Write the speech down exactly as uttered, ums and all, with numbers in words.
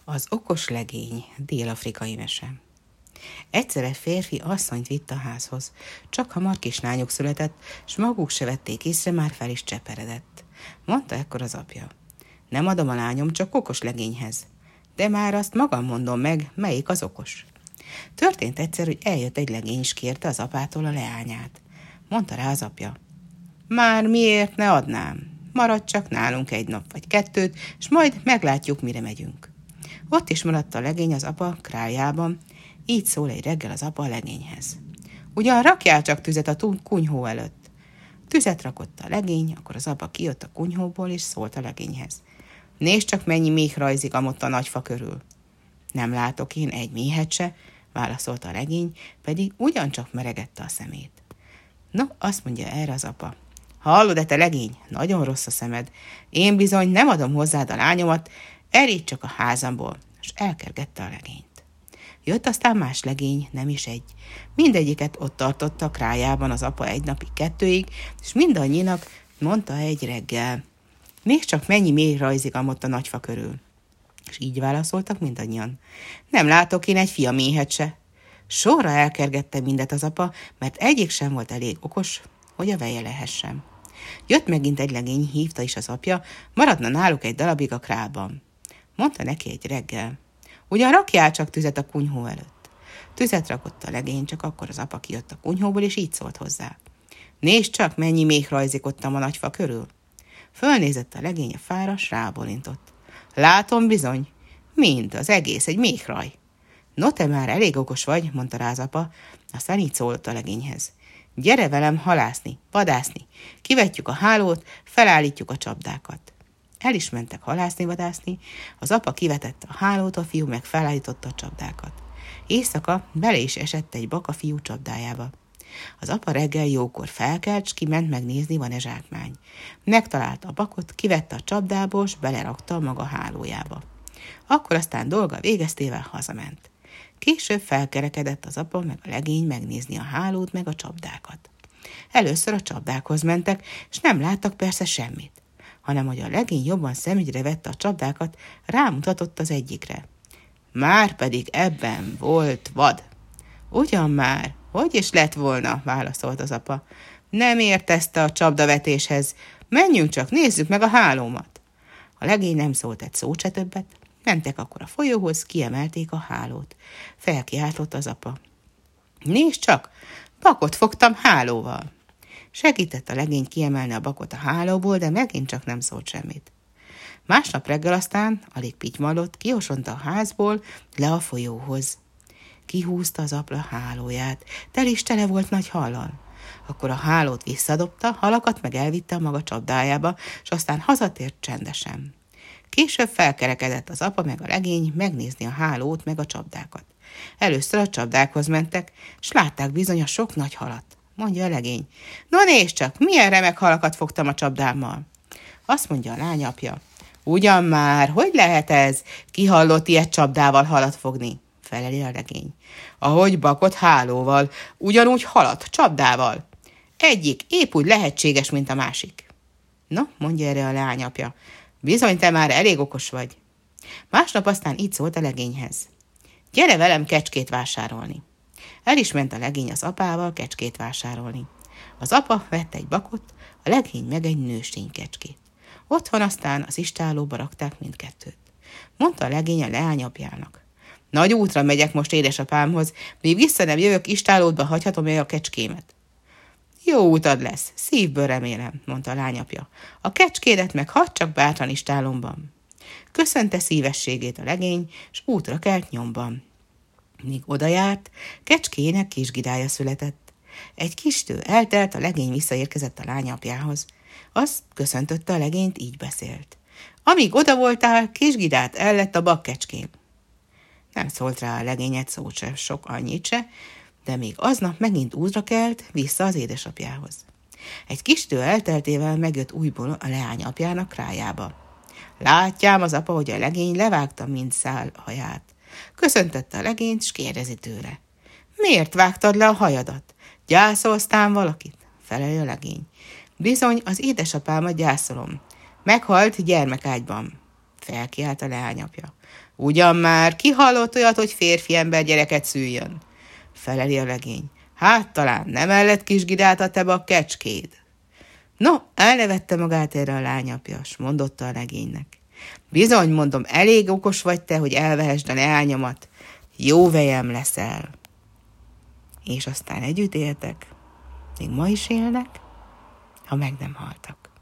Az okos legény, dél-afrikai mese. Egyszer egy férfi asszonyt vitt a házhoz. Csak hamar kislányok született, s maguk se vették észre, már fel is cseperedett. Mondta ekkor az apja: nem adom a lányom csak okos legényhez. De már azt magam mondom meg, melyik az okos. Történt egyszer, hogy eljött egy legény, és kérte az apától a leányát. Mondta rá az apja: már miért ne adnám? Maradj csak nálunk egy nap vagy kettőt, és majd meglátjuk, mire megyünk. Ott is maradt a legény az apa králjában. Így szól egy reggel az apa a legényhez: ugyan rakjál csak tüzet a kunyhó előtt. Tüzet rakott a legény, akkor az apa kijött a kunyhóból, és szólt a legényhez: nézd csak, mennyi méh rajzik amott a nagy fa körül. Nem látok én egy méhet se, válaszolta a legény, pedig ugyancsak meregette a szemét. No, azt mondja erre az apa: hallod-e, te legény, nagyon rossz a szemed. Én bizony nem adom hozzád a lányomat, erígy csak a házamból, és elkergette a legényt. Jött aztán más legény, nem is egy. Mindegyiket ott tartotta a krájában az apa egy napig, kettőig, és mindannyinak mondta egy reggel: nézd csak, mennyi méh rajzik amott a nagyfa körül. És így válaszoltak mindannyian: nem látok én egy fia méhet se. Sorra elkergette mindet az apa, mert egyik sem volt elég okos, hogy a veje lehessen. Jött megint egy legény, hívta is az apja, maradna náluk egy darabig a krában. Mondta neki egy reggel: ugyan rakjál csak tüzet a kunyhó előtt. Tüzet rakott a legény, csak akkor az apa kijött a kunyhóból, és így szólt hozzá: nézd csak, mennyi méh rajzik ott a nagyfa körül. Fölnézett a legény a fára, s rábólintott: látom bizony, mind, az egész egy méhraj. No, te már elég okos vagy, mondta rá az apa, aztán így szólt a legényhez: gyere velem halászni, vadászni, kivetjük a hálót, felállítjuk a csapdákat. El is mentek halászni, vadászni, az apa kivetette a hálót, a fiú meg felállította a csapdákat. Éjszaka bele is esett egy bak a fiú csapdájába. Az apa reggel jókor felkelt, s kiment megnézni, van-e zsákmány. Megtalálta a bakot, kivette a csapdából, s belerakta maga hálójába. Akkor aztán dolga végeztével hazament. Később felkerekedett az apa meg a legény megnézni a hálót meg a csapdákat. Először a csapdákhoz mentek, és nem láttak persze semmit, hanem hogy a legény jobban szemügyre vette a csapdákat, rámutatott az egyikre. Már pedig ebben volt vad. Ugyan már, hogy is lett volna, válaszolt az apa. Nem értezte a csapdavetéshez, menjünk csak, nézzük meg a hálómat. A legény nem szólt egy szót se többet. Mentek akkor a folyóhoz, kiemelték a hálót. Felkiáltott az apa: nézd csak, bakot fogtam hálóval. Segített a legény kiemelni a bakot a hálóból, de megint csak nem szólt semmit. Másnap reggel aztán, alig pitymallott, kiosonta a házból le a folyóhoz. Kihúzta az apa hálóját, tel is tele volt nagy hallal. Akkor a hálót visszadobta, halakat meg elvitte a maga csapdájába, és aztán hazatért csendesen. Később felkerekedett az apa meg a legény megnézni a hálót meg a csapdákat. Először a csapdákhoz mentek, s látták bizony a sok nagy halat. Mondja a legény: no nézd csak, milyen remek halakat fogtam a csapdámmal. Azt mondja a lány apja: ugyan már, hogy lehet ez? Ki hallott ilyet csapdával halat fogni? Feleli a legény: ahogy bakot hálóval, ugyanúgy halat csapdával. Egyik épp úgy lehetséges, mint a másik. No, mondja erre a lány apja: bizony, te már elég okos vagy. Másnap aztán így szólt a legényhez: gyere velem kecskét vásárolni. El is ment a legény az apával kecskét vásárolni. Az apa vett egy bakot, a legény meg egy nőstény kecskét. Otthon aztán az istállóba rakták mindkettőt. Mondta a legény a leányapjának: nagy útra megyek most édesapámhoz, míg vissza nem jövök, istállódba hagyhatom el a kecskémet. Jó utad lesz, szívből remélem, mondta a lányapja. A kecskédet meg hagyd csak bátran istálomban. Köszönte szívességét a legény, s útra kelt nyomban. Míg odajárt, kecskének kisgidája született. Egy kis idő eltelt, a legény visszaérkezett a lányapjához. Az köszöntötte a legényt, így beszélt: amíg oda voltál, kisgidát el lett a bakkecském. Nem szólt rá a legény egy szót se, sok annyit se, de még aznap megint útra kelt vissza az édesapjához. Egy kis idő elteltével megjött újból a leányapjának krájába. Látjám az apa, hogy a legény levágta mind szál haját. Köszöntette a legényt, s kérdezi tőle: miért vágtad le a hajadat? Gyászoltál valakit? Feleli a legény: bizony, az édesapámat gyászolom. Meghalt gyermekágyban. felkiált a leányapja. Ugyan már, ki hallott olyat, hogy férfi ember gyereket szüljön? Feleli a legény. Hát talán nem ellett kis Gidát a tebe a kecskéd. No, elnevette magát erre a lányapja, s mondotta a legénynek. Bizony, mondom, elég okos vagy te, hogy elvehesd a leányomat. Jó vejem leszel. És aztán együtt éltek, még ma is élnek, ha meg nem haltak.